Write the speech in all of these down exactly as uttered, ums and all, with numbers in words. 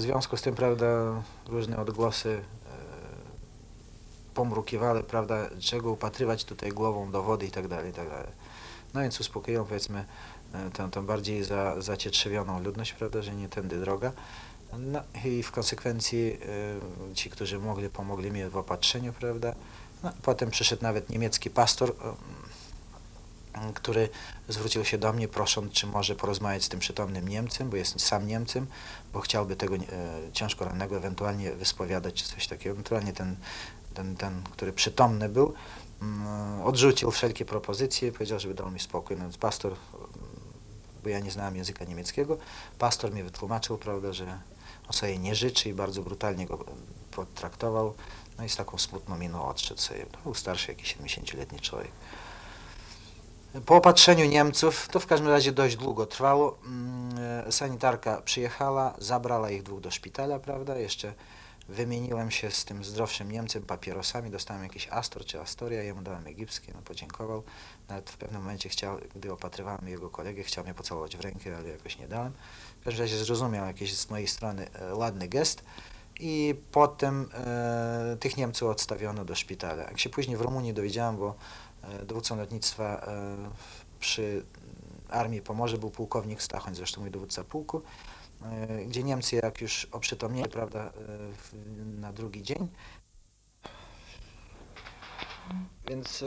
związku z tym, prawda, różne odgłosy pomrukiwały, prawda, czego upatrywać tutaj głową do wody i tak dalej, i tak dalej. No więc uspokoiłem, powiedzmy, tę, tę bardziej za, zacietrzewioną ludność, prawda, że nie tędy droga. No i w konsekwencji y, ci, którzy mogli, pomogli mi w opatrzeniu, prawda. No, potem przyszedł nawet niemiecki pastor, y, który zwrócił się do mnie, prosząc, czy może porozmawiać z tym przytomnym Niemcem, bo jest sam Niemcem, bo chciałby tego y, ciężko rannego ewentualnie wyspowiadać, czy coś takiego. Ewentualnie ten, ten, ten który przytomny był, y, odrzucił wszelkie propozycje, powiedział, żeby dał mi spokój. No więc pastor, bo ja nie znałem języka niemieckiego, pastor mi wytłumaczył, prawda, że on sobie nie życzy i bardzo brutalnie go potraktował. No i z taką smutną miną odszedł sobie. To był starszy, jakiś siedemdziesięcioletni człowiek. Po opatrzeniu Niemców, to w każdym razie dość długo trwało, sanitarka przyjechała, zabrała ich dwóch do szpitala, prawda, jeszcze wymieniłem się z tym zdrowszym Niemcem papierosami, dostałem jakiś Astor czy Astoria, jemu dałem egipski, no podziękował. Nawet w pewnym momencie chciał, gdy opatrywałem jego kolegę, chciał mnie pocałować w rękę, ale jakoś nie dałem. W każdym razie zrozumiał jakiś z mojej strony e, ładny gest i potem e, tych Niemców odstawiono do szpitala. Jak się później w Rumunii dowiedziałem, bo e, dowódcą lotnictwa e, przy Armii Pomorze był pułkownik Stachoń, zresztą mój dowódca pułku, gdzie Niemcy jak już oprzytomnieli, prawda, na drugi dzień. Więc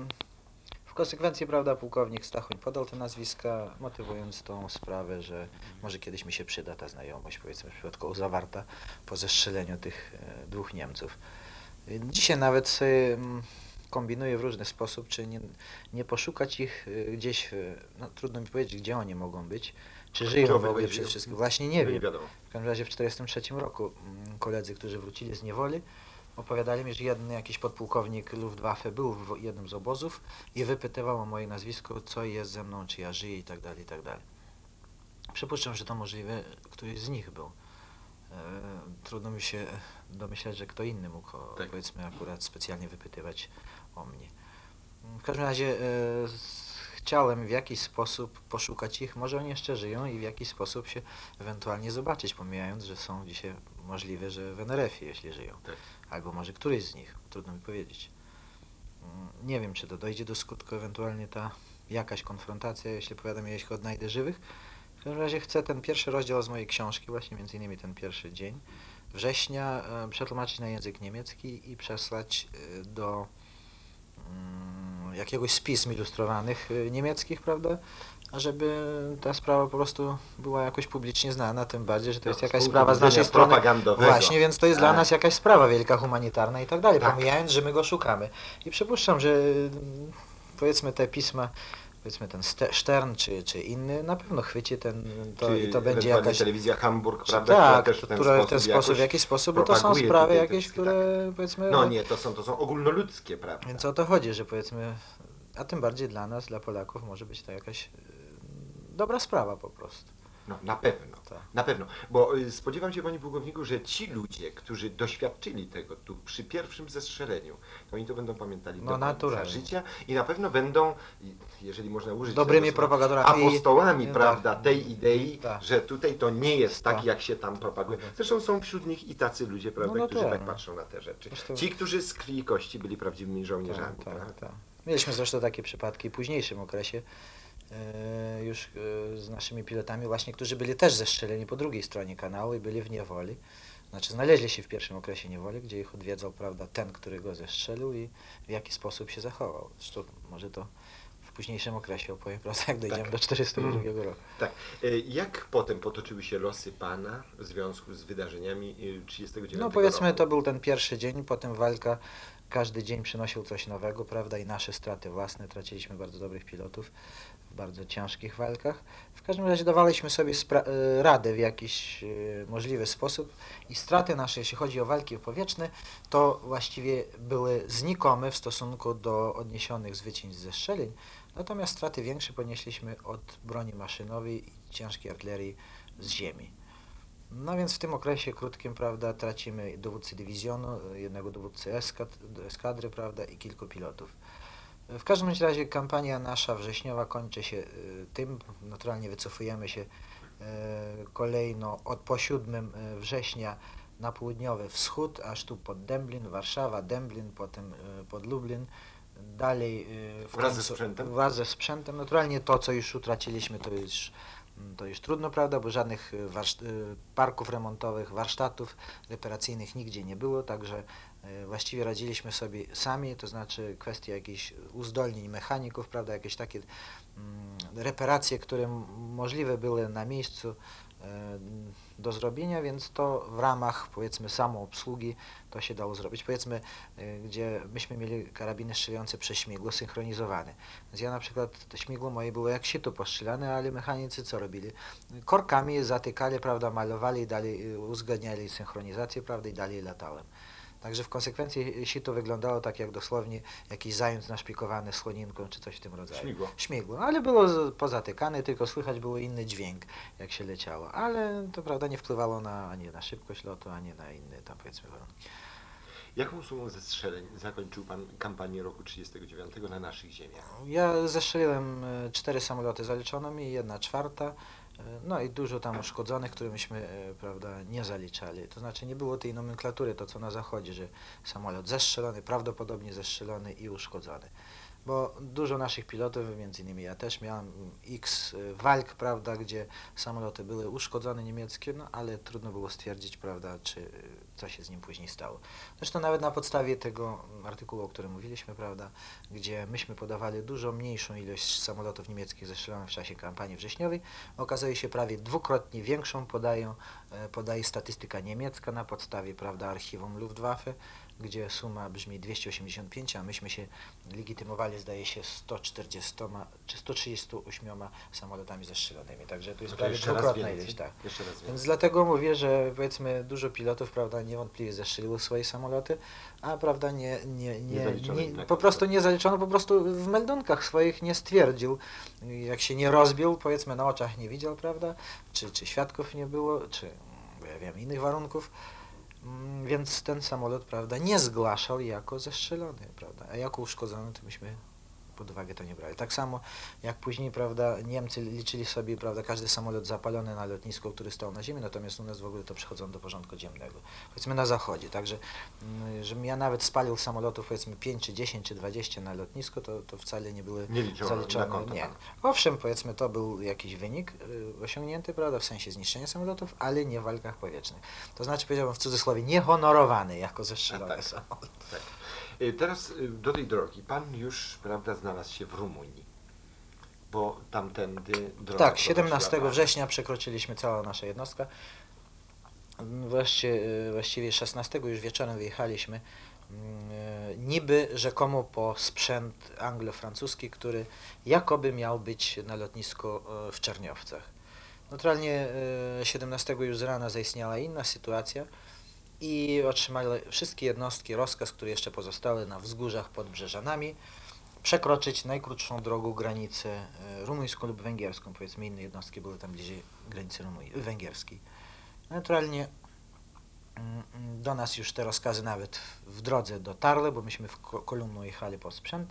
w konsekwencji, prawda, pułkownik Stachoń podał te nazwiska, motywując tą sprawę, że może kiedyś mi się przyda ta znajomość, powiedzmy przypadkowo zawarta po zestrzeleniu tych dwóch Niemców. Dzisiaj nawet sobie kombinuję w różny sposób, czy nie, nie poszukać ich gdzieś, no trudno mi powiedzieć, gdzie oni mogą być, czy żyją w ogóle przede wszystkim. Właśnie nie wiem. W każdym razie w tysiąc dziewięćset czterdziestym trzecim roku koledzy, którzy wrócili z niewoli, opowiadali mi, że jeden jakiś podpułkownik Luftwaffe był w jednym z obozów i wypytywał o moje nazwisko, co jest ze mną, czy ja żyję i tak dalej, i tak dalej. Przypuszczam, że to możliwe, któryś z nich był. Trudno mi się domyślać, że kto inny mógł, tak, powiedzmy, akurat specjalnie wypytywać o mnie. W każdym razie e, chciałem w jakiś sposób poszukać ich, może oni jeszcze żyją i w jakiś sposób się ewentualnie zobaczyć, pomijając, że są dzisiaj możliwe, że w en er efie, jeśli żyją. Tak. Albo może któryś z nich, trudno mi powiedzieć. Nie wiem, czy to dojdzie do skutku, ewentualnie ta jakaś konfrontacja, jeśli powiadam, jeśli odnajdę żywych. W każdym razie chcę ten pierwszy rozdział z mojej książki, właśnie między innymi ten pierwszy dzień września, e, przetłumaczyć na język niemiecki i przesłać e, do mm, jakiegoś z pism ilustrowanych e, niemieckich, prawda, żeby ta sprawa po prostu była jakoś publicznie znana, tym bardziej, że to jest jakaś sprawa z naszej strony. Właśnie, więc to jest dla nas jakaś sprawa wielka, humanitarna i tak dalej, tak, pomijając, że my go szukamy. I przypuszczam, że powiedzmy te pisma, powiedzmy ten Stern czy, czy inny, na pewno chwyci ten, to, i to będzie jakaś... telewizja Hamburg, prawda, tak, która też w ten która sposób, w ten sposób w jakiś sposób, bo to są sprawy jakieś, które tak, powiedzmy... No nie, to są, to są ogólnoludzkie, prawda. Więc o to chodzi, że powiedzmy, a tym bardziej dla nas, dla Polaków może być to jakaś dobra sprawa po prostu. No, na pewno, tak, na pewno, bo y, spodziewam się, panie pułkowniku, że ci ludzie, którzy doświadczyli tego tu przy pierwszym zestrzeleniu, to oni to będą pamiętali no, do końca życia i na pewno będą, jeżeli można użyć dobrymi tego, propagatorami, apostołami, i, prawda, tak, tej idei, tak, że tutaj to nie jest tak, tak, jak się tam propaguje. Zresztą są wśród nich i tacy ludzie, prawda, no, no którzy tak, tak patrzą na te rzeczy. Zresztą... Ci, którzy z krwi i kości byli prawdziwymi żołnierzami. Tak, tak, tak. Mieliśmy zresztą takie przypadki w późniejszym okresie, już z naszymi pilotami właśnie, którzy byli też zestrzeleni po drugiej stronie kanału i byli w niewoli. Znaczy znaleźli się w pierwszym okresie niewoli, gdzie ich odwiedzał, prawda, ten, który go zestrzelił i w jaki sposób się zachował. Zresztą może to w późniejszym okresie opowiem, prawda, jak dojdziemy tak. do czterdziestego drugiego roku. Tak. Jak potem potoczyły się losy pana w związku z wydarzeniami trzydziestego dziewiątego No powiedzmy, roku? to był ten pierwszy dzień, potem walka, każdy dzień przynosił coś nowego, prawda, i nasze straty własne, traciliśmy bardzo dobrych pilotów w bardzo ciężkich walkach. W każdym razie dawaliśmy sobie radę w jakiś y, możliwy sposób i straty nasze, jeśli chodzi o walki powietrzne, to właściwie były znikome w stosunku do odniesionych zwycięstw zestrzeleń, natomiast straty większe ponieśliśmy od broni maszynowej i ciężkiej artylerii z ziemi. No więc w tym okresie krótkim, prawda, tracimy dowódcę dywizjonu, jednego dowódcę eskadry, prawda, i kilku pilotów. W każdym razie kampania nasza wrześniowa kończy się tym, naturalnie wycofujemy się kolejno od po siódmego września na południowy wschód, aż tu pod Dęblin, Warszawa, Dęblin, potem e, pod Lublin. Dalej e, w Wraz ze końcu- sprzętem? Wraz ze sprzętem. Naturalnie to, co już utraciliśmy, to już, to już trudno, prawda, bo żadnych e, warszt- e, parków remontowych, warsztatów reparacyjnych nigdzie nie było, także e, właściwie radziliśmy sobie sami, to znaczy kwestia jakichś uzdolnień mechaników, prawda, jakieś takie mm, reparacje, które m- możliwe były na miejscu e, do zrobienia, więc to w ramach, powiedzmy, samoobsługi to się dało zrobić. Powiedzmy, e, gdzie myśmy mieli karabiny strzelające przez śmigło synchronizowane. Więc ja na przykład, to śmigło moje było jak sito postrzelane, ale mechanicy co robili? Korkami je zatykali, prawda, malowali i dalej e, uzgadniali synchronizację, prawda, i dalej latałem. Także w konsekwencji sito wyglądało tak jak dosłownie jakiś zając naszpikowany słoninką czy coś w tym rodzaju. Śmigło. Śmigło, ale było z- pozatykane, tylko słychać było inny dźwięk, jak się leciało, ale to prawda nie wpływało na, ani na szybkość lotu, ani na inne tam powiedzmy warunki. Jaką sumą zestrzeleń zakończył Pan kampanię roku trzydziestego dziewiątego na naszych ziemiach? Ja zestrzeliłem e, cztery samoloty, zaliczono mi, jedna czwarta, e, no i dużo tam uszkodzonych, które myśmy e, prawda, nie zaliczali. To znaczy nie było tej nomenklatury, to co na zachodzie, że samolot zestrzelony, prawdopodobnie zestrzelony i uszkodzony. Bo dużo naszych pilotów, między innymi ja też miałem X y, walk, prawda, gdzie samoloty były uszkodzone niemieckie, no ale trudno było stwierdzić, prawda, czy y, co się z nim później stało. Zresztą nawet na podstawie tego artykułu, o którym mówiliśmy, prawda, gdzie myśmy podawali dużo mniejszą ilość samolotów niemieckich zestrzelonych w czasie kampanii wrześniowej, okazuje się prawie dwukrotnie większą podają, e, podaje statystyka niemiecka na podstawie, prawda, archiwum Luftwaffe, gdzie suma brzmi dwieście osiemdziesiąt pięć, a myśmy się legitymowali, zdaje się, sto czterdziestoma czy sto trzydziestu ośmioma samolotami zestrzelonymi. Także to jest No to prawie jeszcze raz dwukrotna więcej. ilość. Tak. Jeszcze raz więcej. Więc dlatego mówię, że powiedzmy dużo pilotów, prawda, niewątpliwie zestrzeliło swoje samoloty, a prawda nie, nie, Nie nie, zaliczono nie, im na po konto. prostu nie zaliczono, po prostu w meldunkach swoich nie stwierdził, jak się nie rozbił, powiedzmy na oczach nie widział, prawda, czy, czy świadków nie było, czy bo ja wiem, innych warunków. Mm, Więc ten samolot, prawda, nie zgłaszał jako zestrzelony, prawda, a jako uszkodzony to myśmy pod uwagę to nie brali. Tak samo jak później, prawda, Niemcy liczyli sobie, prawda, każdy samolot zapalony na lotnisku, który stał na ziemi, natomiast u nas w ogóle to przechodzą do porządku dziennego. Powiedzmy na zachodzie, także, mm, żebym ja nawet spalił samolotów, powiedzmy pięć, czy dziesięć, czy dwadzieścia na lotnisko, to, to wcale nie były Nie liczono zaliczone. na konto Nie. Pana. Owszem, powiedzmy, to był jakiś wynik y, osiągnięty, prawda, w sensie zniszczenia samolotów, ale nie w walkach powietrznych. To znaczy, powiedziałbym w cudzysłowie, niehonorowany jako zestrzelony A tak. samolot. Tak. Y, Teraz y, do tej drogi. Pan już, prawda, znalazł się w Rumunii, bo tamtędy droga Tak, prowadziła siedemnastego pana. września przekroczyliśmy cała nasza jednostka. Wreszcie, y, właściwie szesnastego już wieczorem wyjechaliśmy, y, niby rzekomo po sprzęt anglo-francuski, który jakoby miał być na lotnisku y, w Czerniowcach. Naturalnie y, siedemnastego już z rana zaistniała inna sytuacja i otrzymały wszystkie jednostki rozkaz, które jeszcze pozostały na wzgórzach pod Brzeżanami, przekroczyć najkrótszą drogą granicę y, rumuńską lub węgierską. Powiedzmy, inne jednostki były tam bliżej granicy rumuń- węgierskiej. Naturalnie mm, do nas już te rozkazy nawet w drodze dotarły, bo myśmy w ko- kolumną jechali po sprzęt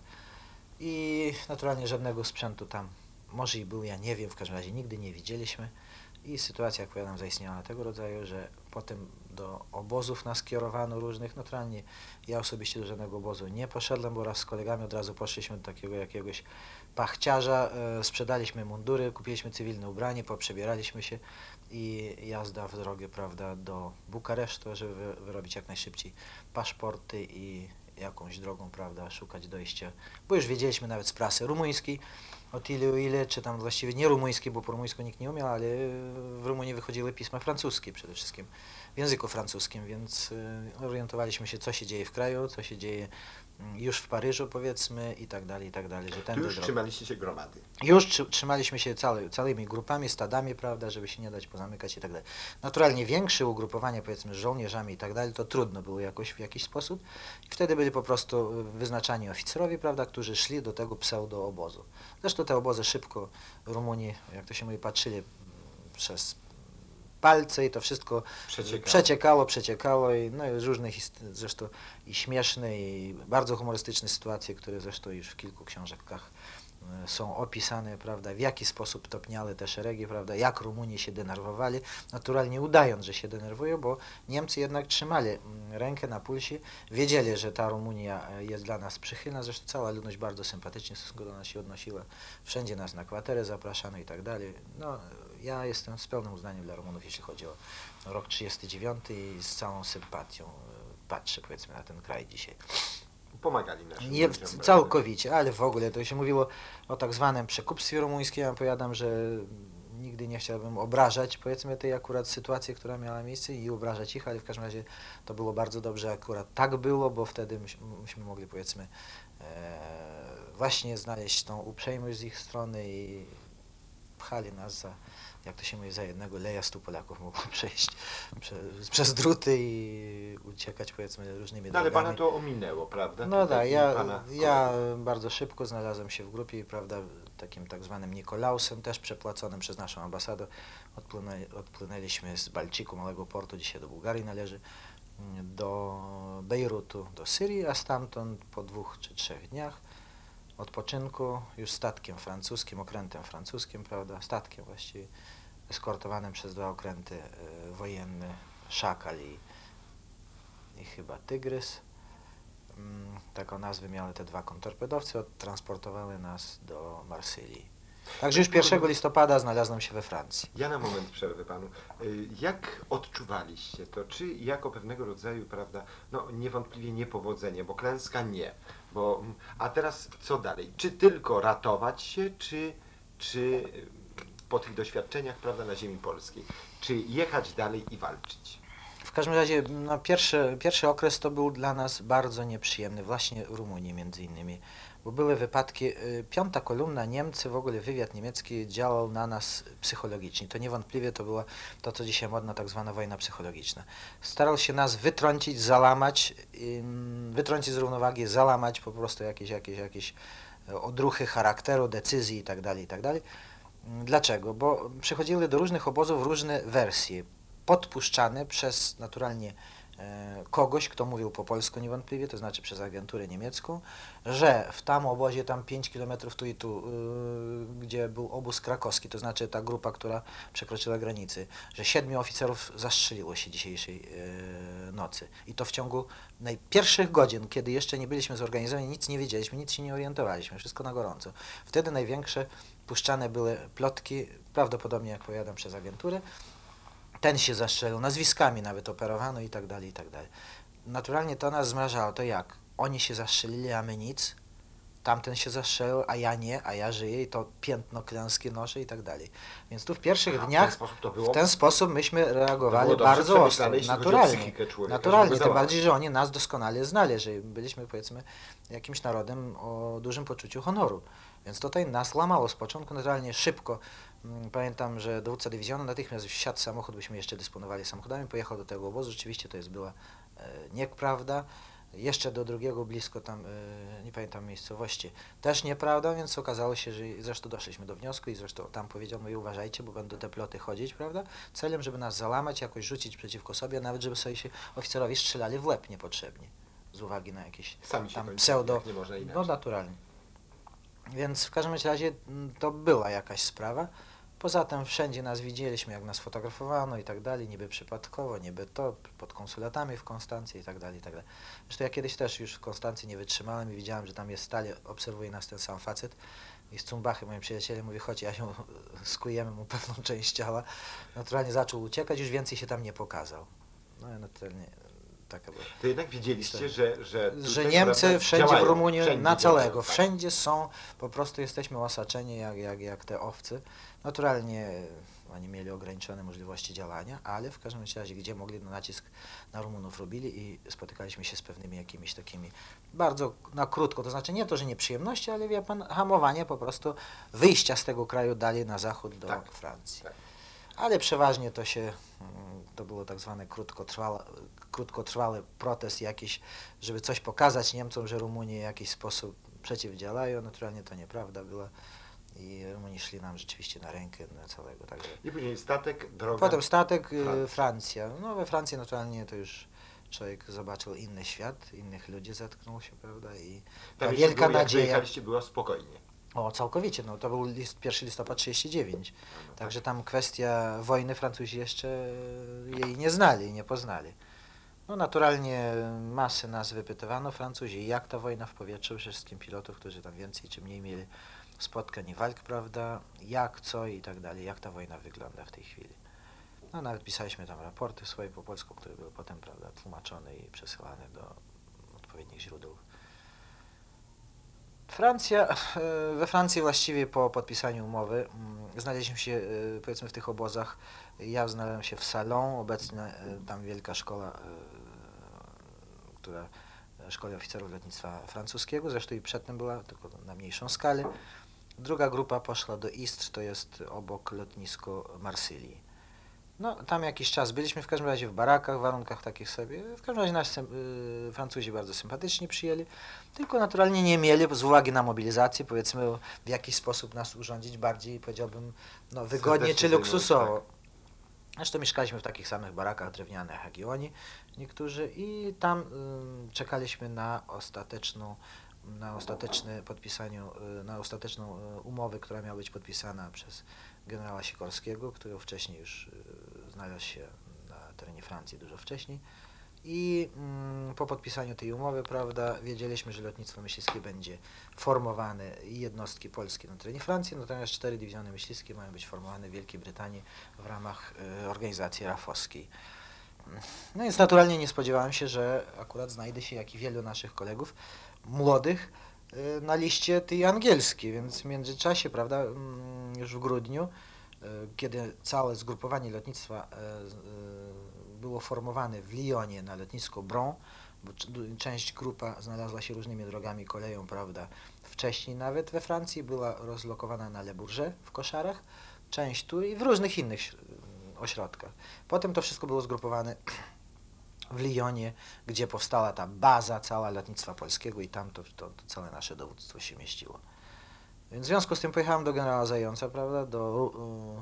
i naturalnie żadnego sprzętu tam, może i był, ja nie wiem, w każdym razie nigdy nie widzieliśmy i sytuacja, jak powiadam, zaistniała tego rodzaju, że potem do obozów nas kierowano różnych. Naturalnie ja osobiście do żadnego obozu nie poszedłem, bo raz z kolegami od razu poszliśmy do takiego jakiegoś pachciarza, e, sprzedaliśmy mundury, kupiliśmy cywilne ubranie, poprzebieraliśmy się i jazda w drogę, prawda, do Bukaresztu, żeby wy- wyrobić jak najszybciej paszporty i jakąś drogą, prawda, szukać dojścia, bo już wiedzieliśmy nawet z prasy rumuńskiej, o tyle o ile, czy tam właściwie nie rumuńskiej, bo po rumuńsku nikt nie umiał, ale w Rumunii wychodziły pisma francuskie przede wszystkim, w języku francuskim, więc y, orientowaliśmy się, co się dzieje w kraju, co się dzieje mm, już w Paryżu, powiedzmy, i tak dalej, i tak dalej, że Tu tędy już droga. trzymaliście się gromady. Już trzy- trzymaliśmy się całe, całymi grupami, stadami, prawda, żeby się nie dać pozamykać i tak dalej. Naturalnie większe ugrupowania, powiedzmy, z żołnierzami i tak dalej, to trudno było jakoś w jakiś sposób. I wtedy byli po prostu wyznaczani oficerowie, prawda, którzy szli do tego pseudo-obozu. Zresztą te obozy szybko Rumuni, jak to się mówi, patrzyli mm, przez palce i to wszystko Przeciekało. przeciekało, przeciekało i no i różne hist- zresztą i śmieszne i bardzo humorystyczne sytuacje, które zresztą już w kilku książkach e, są opisane, prawda, w jaki sposób topniały te szeregi, prawda, jak Rumuni się denerwowali, naturalnie udając, że się denerwują, bo Niemcy jednak trzymali mm, rękę na pulsie, wiedzieli, że ta Rumunia e, jest dla nas przychylna, zresztą cała ludność bardzo sympatycznie w stosunku do nas się odnosiła, wszędzie nas na kwaterę zapraszano i tak dalej. No, ja jestem z pełnym uznaniem dla Rumunów, jeśli chodzi o rok trzydziesty dziewiąty i z całą sympatią e, patrzę, powiedzmy, na ten kraj dzisiaj. Pomagali naszym Nie ludziom, w- prawda? całkowicie, ale w ogóle to się mówiło o tak zwanym przekupstwie rumuńskim. Ja powiadam, że nigdy nie chciałbym obrażać, powiedzmy, tej akurat sytuacji, która miała miejsce i obrażać ich, ale w każdym razie to było bardzo dobrze, akurat tak było, bo wtedy myś- myśmy mogli, powiedzmy, e, właśnie znaleźć tą uprzejmość z ich strony i pchali nas za, jak to się mówi, za jednego leja stu Polaków mogło przejść przez, przez druty i uciekać, powiedzmy, różnymi No, ale drogami. pana to ominęło, prawda? No Tutaj tak, i ja, pana ja kolegów. bardzo szybko znalazłem się w grupie i, prawda, takim tak zwanym Nikolausem, też przepłaconym przez naszą ambasadę. Odpłynęli, odpłynęliśmy z Balciku, małego portu, dzisiaj do Bułgarii należy, mm, do Bejrutu, do Syrii, a stamtąd po dwóch czy trzech dniach odpoczynku już statkiem francuskim, okrętem francuskim, prawda, statkiem właściwie, eskortowanym przez dwa okręty y, wojenne, Szakal i, i chyba Tygrys. Mm, taką nazwę miały te dwa kontrtorpedowce, odtransportowały nas do Marsylii. Także już pierwszego listopada znalazłem się we Francji. Ja na moment przerwę panu. Y, Jak odczuwaliście to? Czy jako pewnego rodzaju, prawda, no niewątpliwie niepowodzenie, bo klęska nie. Bo, mm, a teraz co dalej? Czy tylko ratować się, czy, czy y, po tych doświadczeniach, prawda, na ziemi polskiej, czy jechać dalej i walczyć? W każdym razie no, pierwszy, pierwszy okres to był dla nas bardzo nieprzyjemny, właśnie w Rumunii między innymi, bo były wypadki, y, piąta kolumna, Niemcy, w ogóle wywiad niemiecki działał na nas psychologicznie. To niewątpliwie to była to, co dzisiaj modna, tak zwana wojna psychologiczna. Starał się nas wytrącić, zalamać, ym, wytrącić z równowagi, zalamać po prostu jakieś, jakieś, jakieś e, odruchy charakteru, decyzji itd., itd. Dlaczego? Bo przychodziły do różnych obozów różne wersje, podpuszczane przez naturalnie e, kogoś, kto mówił po polsku niewątpliwie, to znaczy przez agenturę niemiecką, że w tam obozie, tam pięć kilometrów tu i tu, y, gdzie był obóz krakowski, to znaczy ta grupa, która przekroczyła granicy, że siedmiu oficerów zastrzeliło się dzisiejszej e, nocy. I to w ciągu najpierwszych godzin, kiedy jeszcze nie byliśmy zorganizowani, nic nie wiedzieliśmy, nic się nie orientowaliśmy, wszystko na gorąco. Wtedy największe puszczane były plotki, prawdopodobnie, jak powiadam, przez agenturę. Ten się zastrzelił, nazwiskami nawet operowano i tak dalej, i tak dalej. Naturalnie to nas zmrażało. To jak? Oni się zastrzelili, a my nic. Tamten się zastrzelił, a ja nie, a ja żyję i to piętno klęski noszę i tak dalej. Więc tu w pierwszych Aha, w dniach ten sposób to było? w ten sposób myśmy To reagowali było dobrze bardzo ostro, przemyślane, jeśli chodzi o naturalnie. psychikę człowieka, Naturalnie, żeby tym załamać. bardziej, że oni nas doskonale znali, że byliśmy, powiedzmy, jakimś narodem o dużym poczuciu honoru. Więc tutaj nas łamało z początku, naturalnie szybko. Mm, Pamiętam, że dowódca dywizjonu natychmiast wsiadł w samochód, byśmy jeszcze dysponowali samochodami, pojechał do tego obozu, rzeczywiście to jest była e, nieprawda. Jeszcze do drugiego blisko tam, e, nie pamiętam miejscowości, też nieprawda, więc okazało się, że zresztą doszliśmy do wniosku i zresztą tam powiedział, mówię, uważajcie, bo będą te ploty chodzić, prawda, celem, żeby nas załamać, jakoś rzucić przeciwko sobie, nawet żeby sobie się oficerowi strzelali w łeb niepotrzebnie, z uwagi na jakieś Sami się tam kończyli, pseudo, jak nie można inaczej. no naturalnie. Więc w każdym razie mm, to była jakaś sprawa. Poza tym wszędzie nas widzieliśmy, jak nas fotografowano i tak dalej, niby przypadkowo, niby to, pod konsulatami w Konstancji i tak dalej, i tak dalej. Zresztą ja kiedyś też już w Konstancji nie wytrzymałem i widziałem, że tam jest stale, obserwuje nas ten sam facet i z Cumbachy, moim przyjacielem, mówi, chodź, ja się skujemy mu pewną część ciała. Naturalnie zaczął uciekać, już więcej się tam nie pokazał. No i naturalnie taka była. To jednak widzieliście, że, że, tutaj, Że Niemcy prawda, wszędzie działają, w Rumunii, wszędzie na działają, całego, tak. wszędzie są, po prostu jesteśmy osaczeni jak, jak, jak te owce. Naturalnie oni mieli ograniczone możliwości działania, ale w każdym razie, gdzie mogli, no, nacisk na Rumunów robili i spotykaliśmy się z pewnymi jakimiś takimi bardzo na krótko, to znaczy nie to, że nieprzyjemności, ale wie pan, hamowanie po prostu wyjścia z tego kraju dalej na zachód do Tak, Francji. tak. Ale przeważnie to się, mm, to było tak zwane krótkotrwałe, krótkotrwały protest jakiś, żeby coś pokazać Niemcom, że Rumunii w jakiś sposób przeciwdziałają. Naturalnie to nieprawda była i Rumuni szli nam rzeczywiście na rękę na całego. Także. I później statek, droga. Potem statek, y, Francja. Francja. No we Francji naturalnie to już człowiek zobaczył inny świat, innych ludzi zetknął się, prawda, i ta Tam jeszcze wielka było, jak nadzieja. wyjechaliście, było spokojnie. O, całkowicie, no to był list, pierwszy listopada trzydziesty dziewiąty. A, no Także tak. tam kwestia wojny Francuzi jeszcze e, jej nie znali i nie poznali. No naturalnie masy nas wypytywano, Francuzi, jak ta wojna w powietrzu, wszystkim pilotów, którzy tam więcej czy mniej mieli spotkań i walk, prawda, jak, co i tak dalej, jak ta wojna wygląda w tej chwili. No nawet pisaliśmy tam raporty swoje po polsku, które były potem, prawda, tłumaczone i przesyłane do odpowiednich źródeł. Francja, e, we Francji właściwie po podpisaniu umowy mm, znaleźliśmy się e, powiedzmy w tych obozach. Ja znalazłem się w Salon, obecnie e, tam wielka szkoła, e, która szkoli oficerów lotnictwa francuskiego, zresztą i przedtem była, tylko na mniejszą skalę. Druga grupa poszła do Istres, to jest obok lotnisko Marsylii. No, tam jakiś czas byliśmy, w każdym razie w barakach, w warunkach takich sobie. W każdym razie nas y, Francuzi bardzo sympatycznie przyjęli, tylko naturalnie nie mieli z uwagi na mobilizację, powiedzmy, w jakiś sposób nas urządzić bardziej, powiedziałbym, no, wygodnie Serdecznie czy zajmować, luksusowo. tak. Zresztą mieszkaliśmy w takich samych barakach drewnianych jak i oni, niektórzy, i tam y, czekaliśmy na ostateczną, na ostateczne podpisaniu, y, na ostateczną y, umowę, która miała być podpisana przez generała Sikorskiego, który wcześniej już y, znalazł się na terenie Francji dużo wcześniej. I mm, po podpisaniu tej umowy, prawda, wiedzieliśmy, że lotnictwo myśliwskie będzie formowane i jednostki polskie na terenie Francji, natomiast cztery dywizjony myśliwskie mają być formowane w Wielkiej Brytanii w ramach y, organizacji rafowskiej. No więc naturalnie nie spodziewałem się, że akurat znajdzie się, jak i wielu naszych kolegów młodych, y, na liście tej angielskiej, więc w międzyczasie, prawda, mm, już w grudniu, y, kiedy całe zgrupowanie lotnictwa y, y, było formowane w Lyonie na lotnisku Bron, bo część grupa znalazła się różnymi drogami, koleją, prawda, wcześniej nawet we Francji, była rozlokowana na Le Bourget w Koszarach, część tu i w różnych innych ośrodkach. Potem to wszystko było zgrupowane w Lyonie, gdzie powstała ta baza cała lotnictwa polskiego i tam to, to, to całe nasze dowództwo się mieściło. Więc w związku z tym pojechałem do generała Zająca, prawda, do,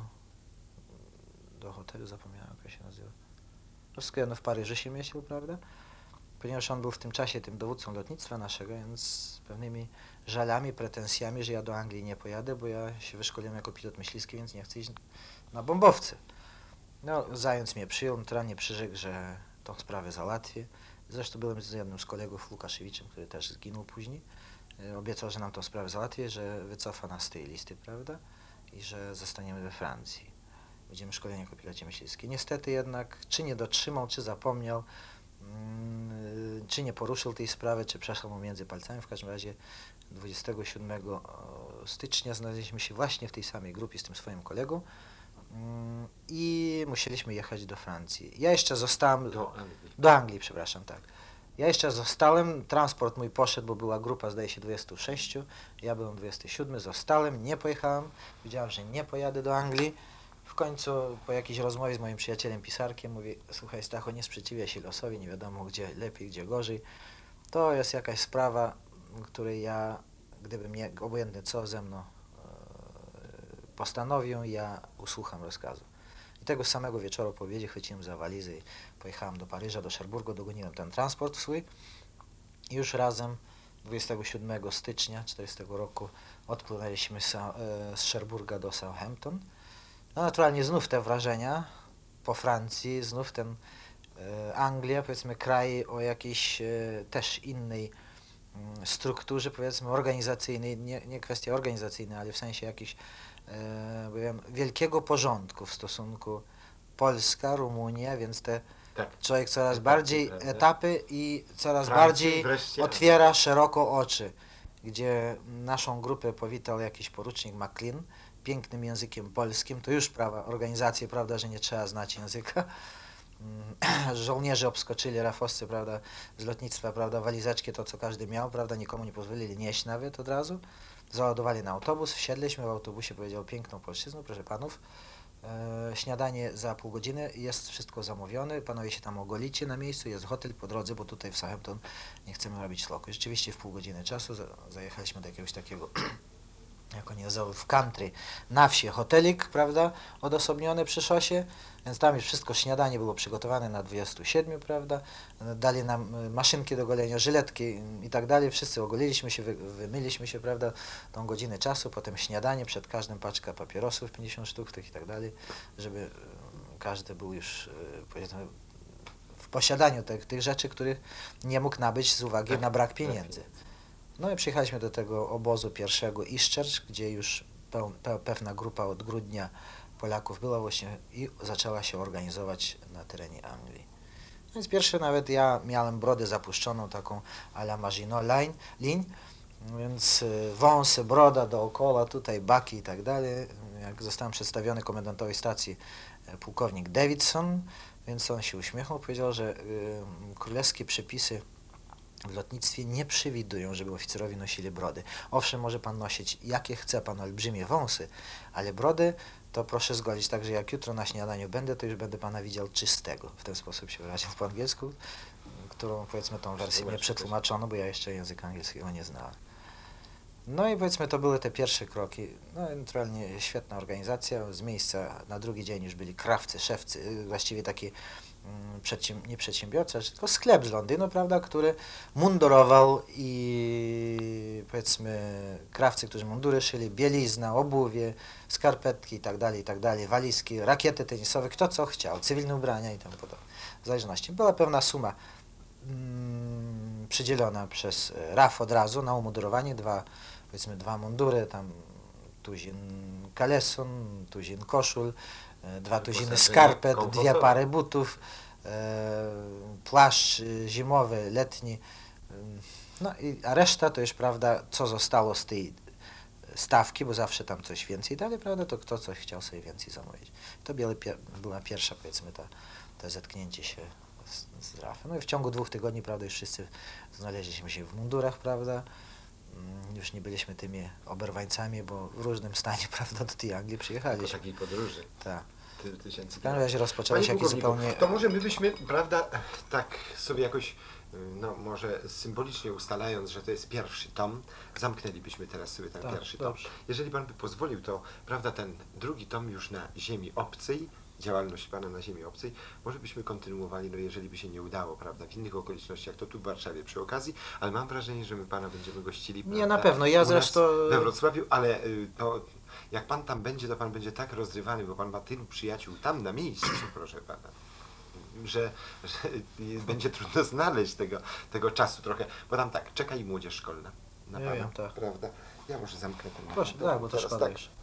do hotelu, zapomniałem jak się nazywa. Wszystko jedno w Paryżu się mieścił, prawda? Ponieważ on był w tym czasie tym dowódcą lotnictwa naszego, więc z pewnymi żalami, pretensjami, że ja do Anglii nie pojadę, bo ja się wyszkoliłem jako pilot myśliwski, więc nie chcę iść na bombowce. No, Zając mnie przyjął, naturalnie przyrzekł, że tą sprawę załatwię. Zresztą byłem z jednym z kolegów, Łukaszewiczem, który też zginął później. Obiecał, że nam tą sprawę załatwię, że wycofa nas z tej listy, prawda? I że zostaniemy we Francji. Będziemy szkoleni jako piloci myśliwskie. Niestety jednak, czy nie dotrzymał, czy zapomniał, mm, czy nie poruszył tej sprawy, czy przeszło mu między palcami. W każdym razie dwudziestego siódmego stycznia znaleźliśmy się właśnie w tej samej grupie z tym swoim kolegą mm, i musieliśmy jechać do Francji. Ja jeszcze zostałem... Do Anglii. Do Anglii, przepraszam, tak. Ja jeszcze zostałem, transport mój poszedł, bo była grupa, zdaje się, dwudziestu sześciu, ja byłem dwudziesty siódmy, zostałem, nie pojechałem, wiedziałem, że nie pojadę do Anglii. W końcu po jakiejś rozmowie z moim przyjacielem pisarkiem mówi: słuchaj Stacho, nie sprzeciwia się losowi, nie wiadomo gdzie lepiej, gdzie gorzej. To jest jakaś sprawa, której ja, gdyby mnie, obojętnie co ze mną e, postanowią, ja usłucham rozkazu. I tego samego wieczoru po obiedzie chwyciłem za walizy i pojechałem do Paryża, do Cherbourgu, dogoniłem ten transport swój i już razem dwudziestego siódmego stycznia czterdziestego roku odpłynęliśmy z, e, z Cherbourga do Southampton. No naturalnie znów te wrażenia po Francji, znów ten e, Anglia, powiedzmy kraj o jakiejś e, też innej mm, strukturze, powiedzmy organizacyjnej, nie, nie kwestia organizacyjna, ale w sensie jakiejś e, powiem, wielkiego porządku w stosunku Polska, Rumunia, więc te Tak. człowiek coraz Etapy, bardziej prawda? etapy i coraz Francji bardziej wreszcie. otwiera szeroko oczy, gdzie naszą grupę powitał jakiś porucznik McLean, pięknym językiem polskim, to już prawa, organizacje, prawda, że nie trzeba znać języka. Żołnierze obskoczyli rafowscy, prawda, z lotnictwa, prawda, walizeczki, to co każdy miał, prawda, nikomu nie pozwolili nieść nawet od razu. Załadowali na autobus, wsiedliśmy, w autobusie powiedział piękną polszczyzną: proszę panów, e, śniadanie za pół godziny, jest wszystko zamówione, panowie się tam ogolicie na miejscu, jest hotel po drodze, bo tutaj w Southampton nie chcemy robić szloku. Rzeczywiście w pół godziny czasu za, zajechaliśmy do jakiegoś takiego jak oni nazywają, w country, na wsi, hotelik, prawda, odosobniony przy szosie, więc tam już wszystko, śniadanie było przygotowane na dwudziestu siedmiu, prawda, dali nam y, maszynki do golenia, żyletki i tak dalej, wszyscy ogoliliśmy się, wy, wymyliśmy się, prawda, tą godzinę czasu, potem śniadanie, przed każdym paczka papierosów, pięćdziesiąt sztuk tych i tak dalej, żeby y, każdy był już, y, powiedzmy, w posiadaniu tych, tych rzeczy, których nie mógł nabyć z uwagi Tak, na brak tak. pieniędzy. No i przyjechaliśmy do tego obozu pierwszego Iszczercz, gdzie już peł, pe, pewna grupa od grudnia Polaków była właśnie i zaczęła się organizować na terenie Anglii. Więc pierwszy nawet ja miałem brodę zapuszczoną, taką a la Maginot Line, Line, więc y, wąsy, broda dookoła, tutaj baki i tak dalej. Jak zostałem przedstawiony komendantowi stacji y, pułkownik Davidson, więc on się uśmiechnął, powiedział, że y, królewskie przepisy w lotnictwie nie przewidują, żeby oficerowie nosili brody. Owszem, może pan nosić jakie chce pan olbrzymie wąsy, ale brody to proszę zgodzić, także jak jutro na śniadaniu będę, to już będę pana widział czystego. W ten sposób się wyraził po angielsku, którą powiedzmy tą wersję mnie przetłumaczono, bo ja jeszcze języka angielskiego nie znałem. No i powiedzmy to były te pierwsze kroki. No naturalnie świetna organizacja. Z miejsca na drugi dzień już byli krawcy, szewcy, y, właściwie taki mm, przedsięb nie przedsiębiorca, tylko sklep z Londynu, prawda, który mundurował i powiedzmy krawcy, którzy mundury szyli, bielizna, obuwie, skarpetki i tak dalej, i tak dalej, walizki, rakiety tenisowe, kto co chciał, cywilne ubrania i tam podobne. W zależności. Była pewna suma mm, przydzielona przez R A F od razu na umundurowanie, dwa powiedzmy dwa mundury, tam tuzin kaleson, tuzin koszul, e, dwa tuziny Wyposażenie skarpet, dwie komfortowe. pary butów, e, płaszcz e, zimowy, letni, e, no i a reszta to już, prawda, co zostało z tej stawki, bo zawsze tam coś więcej dali, prawda, to kto coś chciał sobie więcej zamówić. To była, pier była pierwsza, powiedzmy, ta, to zetknięcie się z, z R A F-em. No i w ciągu dwóch tygodni, prawda, już wszyscy znaleźliśmy się w mundurach, prawda, już nie byliśmy tymi oberwańcami, bo w różnym stanie, prawda, do tej Anglii Po przyjechaliśmy. takiej podróży. Tak. Ty, tysięcy W każdym razie rozpoczęło Panie się jakieś pułkowniku, zupełnie... to może my byśmy, prawda, tak sobie jakoś, no może symbolicznie ustalając, że to jest pierwszy tom, zamknęlibyśmy teraz sobie ten Tak, pierwszy dobrze. tom. Jeżeli pan by pozwolił, to, prawda, ten drugi tom już na ziemi obcej, działalność pana na ziemi obcej, może byśmy kontynuowali, no jeżeli by się nie udało, prawda, w innych okolicznościach, to tu w Warszawie przy okazji, ale mam wrażenie, że my pana będziemy gościli, Nie, prawda, na pewno, ja u nas zresztą... we Wrocławiu, ale y, to jak pan tam będzie, to pan będzie tak rozrywany, bo pan ma tylu przyjaciół tam na miejscu, proszę pana, że, że będzie trudno znaleźć tego, tego czasu trochę, bo tam tak, czeka i młodzież szkolna na Ja pana, wiem, tak. prawda? Ja może zamknę ten... Proszę, tak, bo to teraz szkoda tak. już.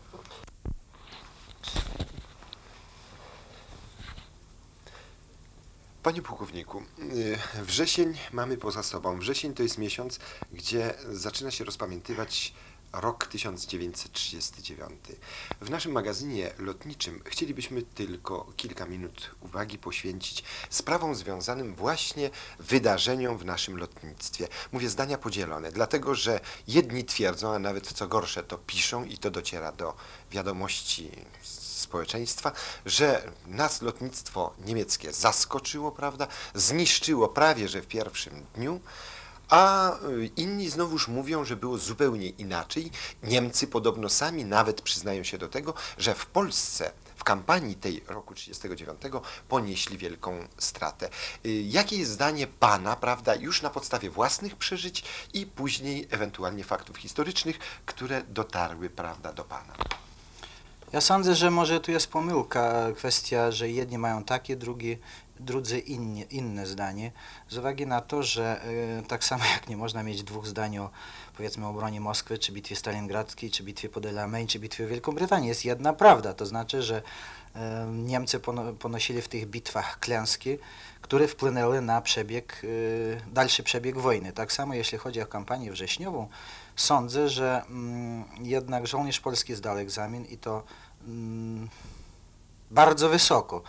Panie pułkowniku, y, wrzesień mamy poza sobą. Wrzesień to jest miesiąc, gdzie zaczyna się rozpamiętywać rok tysiąc dziewięćset trzydziesty dziewiąty. W naszym magazynie lotniczym chcielibyśmy tylko kilka minut uwagi poświęcić sprawom związanym właśnie wydarzeniom w naszym lotnictwie. Mówię zdania podzielone, dlatego że jedni twierdzą, a nawet co gorsze to piszą i to dociera do wiadomości społeczeństwa, że nas lotnictwo niemieckie zaskoczyło, prawda, zniszczyło prawie że w pierwszym dniu, a inni znowuż mówią, że było zupełnie inaczej. Niemcy podobno sami nawet przyznają się do tego, że w Polsce w kampanii tej roku trzydziestego dziewiątego ponieśli wielką stratę. Jakie jest zdanie pana, prawda, już na podstawie własnych przeżyć i później ewentualnie faktów historycznych, które dotarły, prawda, do pana? Ja sądzę, że może tu jest pomyłka, kwestia, że jedni mają takie, drugi, drudzy innie, inne zdanie, z uwagi na to, że y, tak samo jak nie można mieć dwóch zdań o, powiedzmy, obronie Moskwy, czy bitwie stalingradzkiej, czy bitwie pod El Alamein, czy bitwie o Wielką Brytanię, jest jedna prawda, to znaczy, że y, Niemcy pono, ponosili w tych bitwach klęski, które wpłynęły na przebieg, y, dalszy przebieg wojny. Tak samo jeśli chodzi o kampanię wrześniową, sądzę, że mm, jednak żołnierz polski zdał egzamin i to mm, bardzo wysoko.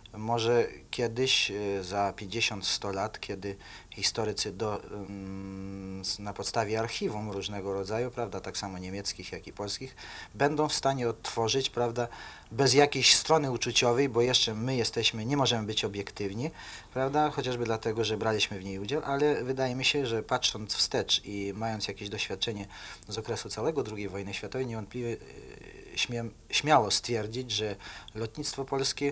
Może kiedyś, y, za pięćdziesiąt sto lat, kiedy historycy do, ym, s- na podstawie archiwum różnego rodzaju, prawda, tak samo niemieckich, jak i polskich, będą w stanie odtworzyć, prawda, bez jakiejś strony uczuciowej, bo jeszcze my jesteśmy, nie możemy być obiektywni, prawda, chociażby dlatego, że braliśmy w niej udział, ale wydaje mi się, że patrząc wstecz i mając jakieś doświadczenie z okresu całego drugiej wojny światowej, niewątpliwie y, śmiem, śmiało stwierdzić, że lotnictwo polskie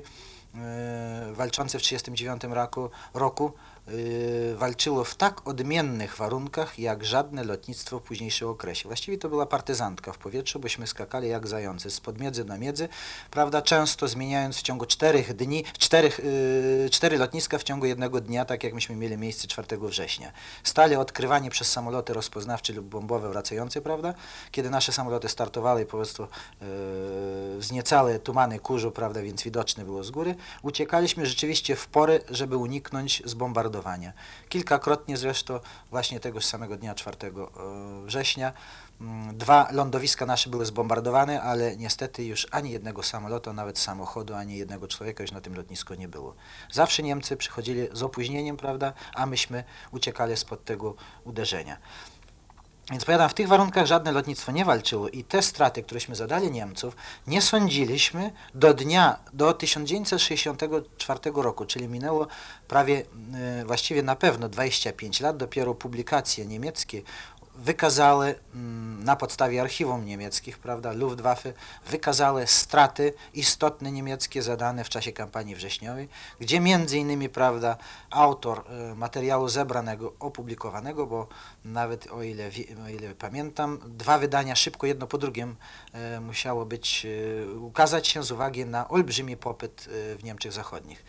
e, walczące w tysiąc dziewięćset trzydziestym dziewiątym roku, roku e, walczyło w tak odmiennych warunkach jak żadne lotnictwo w późniejszym okresie. Właściwie to była partyzantka w powietrzu, bośmy skakali jak zający z podmiedzy na miedzy, prawda, często zmieniając w ciągu czterech dni, czterech, e, cztery lotniska w ciągu jednego dnia, tak jak myśmy mieli miejsce czwartego września. Stale odkrywanie przez samoloty rozpoznawcze lub bombowe wracające, prawda, kiedy nasze samoloty startowały po prostu e, wzniecałe tumany kurzu, prawda, więc widoczne było z góry, uciekaliśmy rzeczywiście w porę, żeby uniknąć zbombardowania. Kilkakrotnie zresztą właśnie tegoż samego dnia czwartego września mm, dwa lądowiska nasze były zbombardowane, ale niestety już ani jednego samolotu, nawet samochodu, ani jednego człowieka już na tym lotnisku nie było. Zawsze Niemcy przychodzili z opóźnieniem, prawda, a myśmy uciekali spod tego uderzenia. Więc powiadam, w tych warunkach żadne lotnictwo nie walczyło i te straty, któreśmy zadali Niemców, nie sądziliśmy do dnia, do tysiąc dziewięćset sześćdziesiątego czwartego roku, czyli minęło prawie, y, właściwie na pewno dwadzieścia pięć lat, dopiero publikacje niemieckie wykazały mm, na podstawie archiwum niemieckich, prawda, Luftwaffe, wykazały straty istotne niemieckie zadane w czasie kampanii wrześniowej, gdzie między innymi, prawda, autor y, materiału zebranego, opublikowanego, bo nawet o ile, wi- o ile pamiętam, dwa wydania szybko, jedno po drugim y, musiało być, y, ukazać się z uwagi na olbrzymi popyt y, w Niemczech Zachodnich.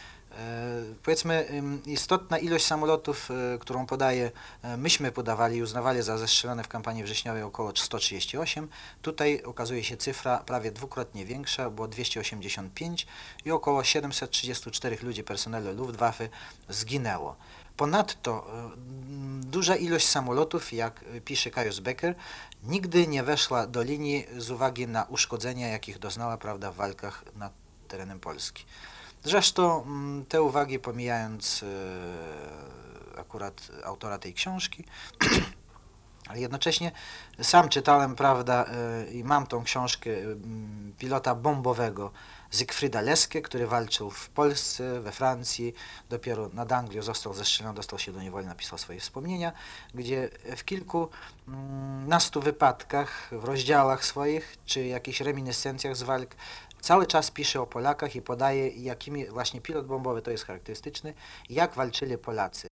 E, Powiedzmy, ym, istotna ilość samolotów, e, którą podaje, e, myśmy podawali i uznawali za zestrzelone w kampanii wrześniowej około sto trzydzieści osiem. Tutaj okazuje się cyfra prawie dwukrotnie większa, bo dwieście osiemdziesiąt pięć i około siedemset trzydzieści cztery ludzi personelu Luftwaffe zginęło. Ponadto e, m, duża ilość samolotów, jak e, pisze Caius Becker, nigdy nie weszła do linii z uwagi na uszkodzenia, jakich doznała, prawda, w walkach nad terenem Polski. Zresztą mm, te uwagi pomijając e, akurat autora tej książki, ale jednocześnie sam czytałem, prawda, e, i mam tą książkę mm, pilota bombowego Siegfrieda Leske, który walczył w Polsce, we Francji, dopiero nad Anglią został zestrzelony, dostał się do niewoli, napisał swoje wspomnienia, gdzie w kilkunastu wypadkach, w rozdziałach swoich, czy jakichś reminiscencjach z walk, cały czas pisze o Polakach i podaje, jakimi właśnie pilot bombowy, to jest charakterystyczny, jak walczyli Polacy.